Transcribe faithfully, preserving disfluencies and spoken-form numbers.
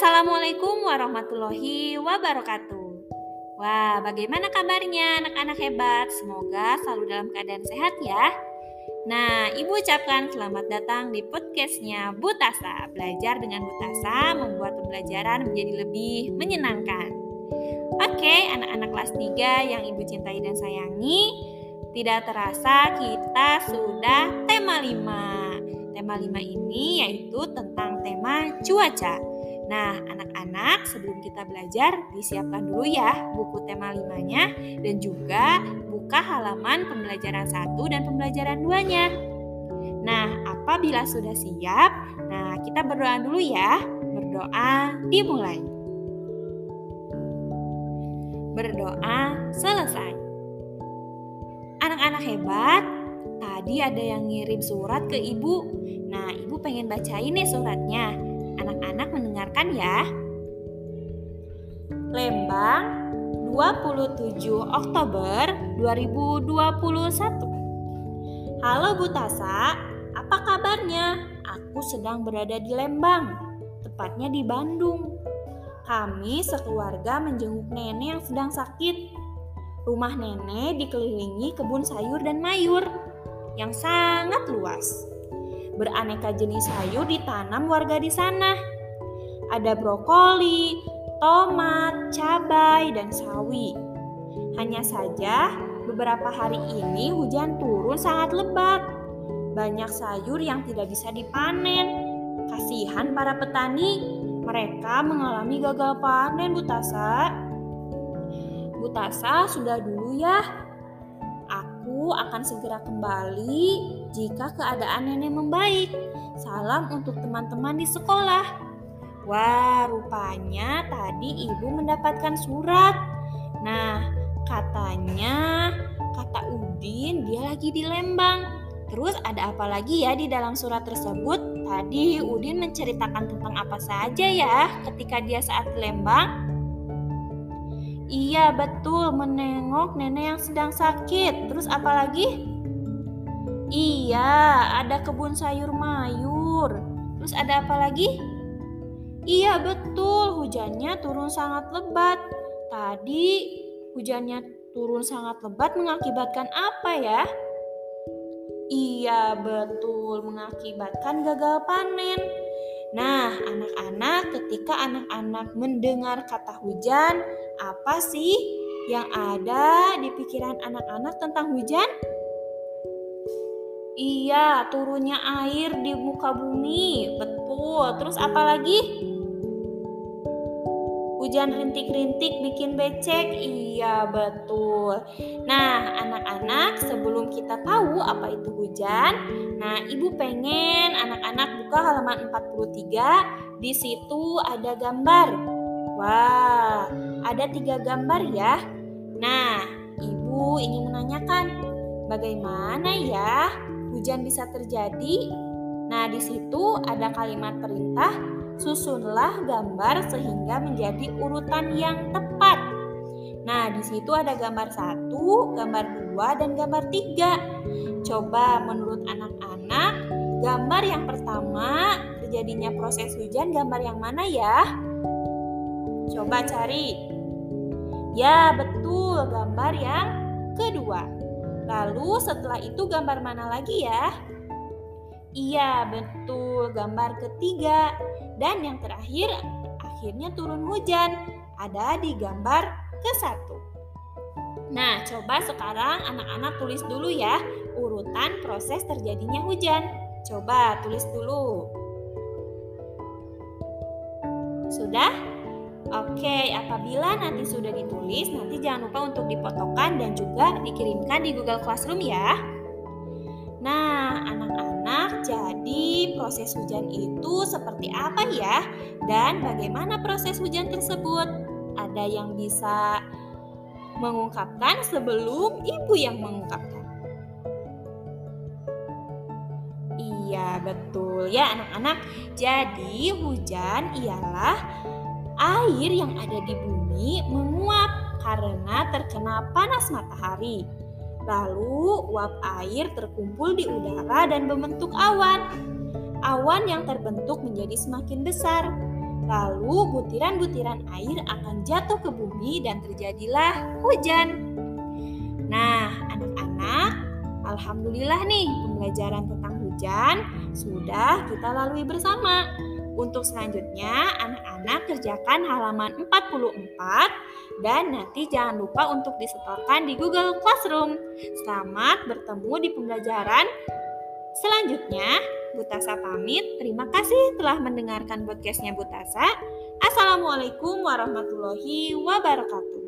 Assalamualaikum warahmatullahi wabarakatuh. Wah, bagaimana kabarnya anak-anak hebat? Semoga selalu dalam keadaan sehat ya. Nah, Ibu ucapkan selamat datang di podcastnya Butasa. Belajar dengan Butasa membuat pembelajaran menjadi lebih menyenangkan. Oke, anak-anak kelas tiga yang Ibu cintai dan sayangi, tidak terasa kita sudah tema lima. Tema lima ini yaitu tentang tema cuaca. Nah, anak-anak, sebelum kita belajar, disiapkan dulu ya buku tema limanya dan juga buka halaman pembelajaran satu dan pembelajaran duanya. Nah, apabila sudah siap, nah kita berdoa dulu ya. Berdoa dimulai. Berdoa selesai. Anak-anak hebat, tadi ada yang ngirim surat ke Ibu. Nah, Ibu pengen bacain nih suratnya. Anak-anak mendengarkan ya. Lembang, dua puluh tujuh Oktober dua ribu dua puluh satu. Halo Butasa, apa kabarnya? Aku sedang berada di Lembang, tepatnya di Bandung. Kami sekeluarga menjenguk nenek yang sedang sakit. Rumah nenek dikelilingi kebun sayur dan mayur yang sangat luas. Beraneka jenis sayur ditanam warga di sana. Ada brokoli, tomat, cabai, dan sawi. Hanya saja beberapa hari ini hujan turun sangat lebat. Banyak sayur yang tidak bisa dipanen. Kasihan para petani, mereka mengalami gagal panen, Butasa. Butasa, sudah dulu ya. Aku akan segera kembali jika keadaan nenek membaik. Salam untuk teman-teman di sekolah. Wah, rupanya tadi Ibu mendapatkan surat. Nah, katanya kata Udin dia lagi di Lembang. Terus ada apa lagi ya di dalam surat tersebut? Tadi Udin menceritakan tentang apa saja ya ketika dia saat di Lembang? Iya betul, menengok nenek yang sedang sakit. Terus apa lagi? Iya, ada kebun sayur mayur. Terus ada apa lagi? Iya betul, hujannya turun sangat lebat. Tadi hujannya turun sangat lebat mengakibatkan apa ya? Iya betul, mengakibatkan gagal panen. Nah, anak-anak, ketika anak-anak mendengar kata hujan, apa sih yang ada di pikiran anak-anak tentang hujan? Iya, turunnya air di muka bumi. Betul. Terus apa lagi? Hujan rintik-rintik bikin becek. Iya, betul. Nah, anak-anak, sebelum kita tahu apa itu hujan, nah, Ibu pengen anak-anak buka halaman empat puluh tiga. Di situ ada gambar. Wah, ada tiga gambar ya. Nah, Ibu ingin menanyakan, bagaimana ya hujan bisa terjadi? Nah, di situ ada kalimat perintah, susunlah gambar sehingga menjadi urutan yang tepat. Nah, di situ ada gambar satu, gambar dua, dan gambar tiga. Coba menurut anak-anak, gambar yang pertama terjadinya proses hujan, gambar yang mana ya? Coba cari. Ya, betul, gambar yang kedua. Lalu setelah itu gambar mana lagi ya? Iya, betul, gambar ketiga. Dan yang terakhir, akhirnya turun hujan. Ada di gambar ke satu. Nah, coba sekarang anak-anak tulis dulu ya urutan proses terjadinya hujan. Coba tulis dulu. Sudah? Oke, apabila nanti sudah ditulis, nanti jangan lupa untuk difotokan dan juga dikirimkan di Google Classroom ya. Nah, anak-anak, jadi proses hujan itu seperti apa ya? Dan bagaimana proses hujan tersebut? Ada yang bisa mengungkapkan sebelum Ibu yang mengungkapkan? Iya, betul ya anak-anak. Jadi hujan ialah air yang ada di bumi menguap karena terkena panas matahari. Lalu uap air terkumpul di udara dan membentuk awan. Awan yang terbentuk menjadi semakin besar. Lalu butiran-butiran air akan jatuh ke bumi dan terjadilah hujan. Nah, anak-anak, alhamdulillah nih pembelajaran tentang hujan sudah kita lalui bersama. Untuk selanjutnya, anak-anak kerjakan halaman empat puluh empat dan nanti jangan lupa untuk disetorkan di Google Classroom. Selamat bertemu di pembelajaran selanjutnya. Butasa pamit. Terima kasih telah mendengarkan podcastnya Butasa. Assalamualaikum warahmatullahi wabarakatuh.